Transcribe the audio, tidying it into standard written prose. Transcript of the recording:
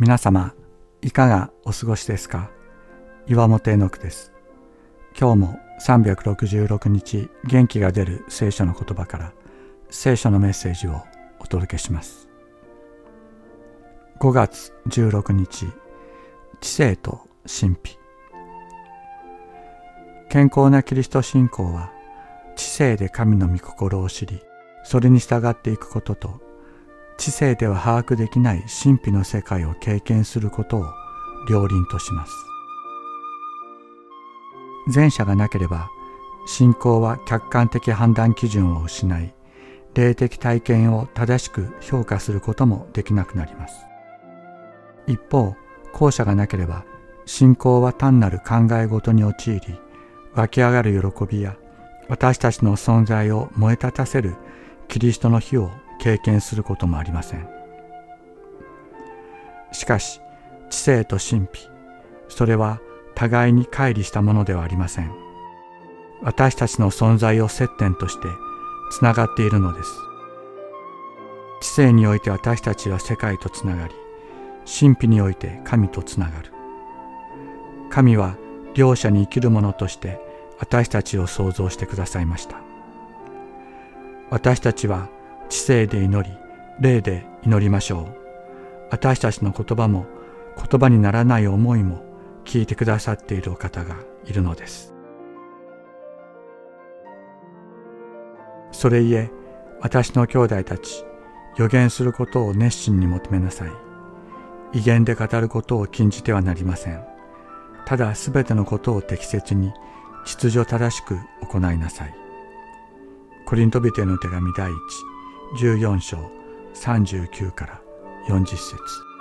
皆様いかがお過ごしですか。岩本絵の句です。今日も366日元気が出る聖書の言葉から聖書のメッセージをお届けします。5月16日、知性と神秘。健康なキリスト信仰は知性で神の御心を知り、それに従っていくことと、知性では把握できない神秘の世界を経験することを両輪とします。前者がなければ信仰は客観的判断基準を失い、霊的体験を正しく評価することもできなくなります。一方、後者がなければ信仰は単なる考え事に陥り、湧き上がる喜びや私たちの存在を燃え立たせるキリストの火を経験することもありません。しかし、知性と神秘、それは互いに乖離したものではありません。私たちの存在を接点としてつながっているのです。知性において私たちは世界とつながり、神秘において神とつながる。神は両者に生きるものとして私たちを創造してくださいました。私たちは知性で祈り、霊で祈りましょう。私たちの言葉も言葉にならない思いも聞いてくださっているお方がいるのです。それゆえ、私の兄弟たち、預言することを熱心に求めなさい。異言で語ることを禁じてはなりません。ただすべてのことを適切に秩序正しく行いなさい。コリント人への手紙第1、14章39から40節。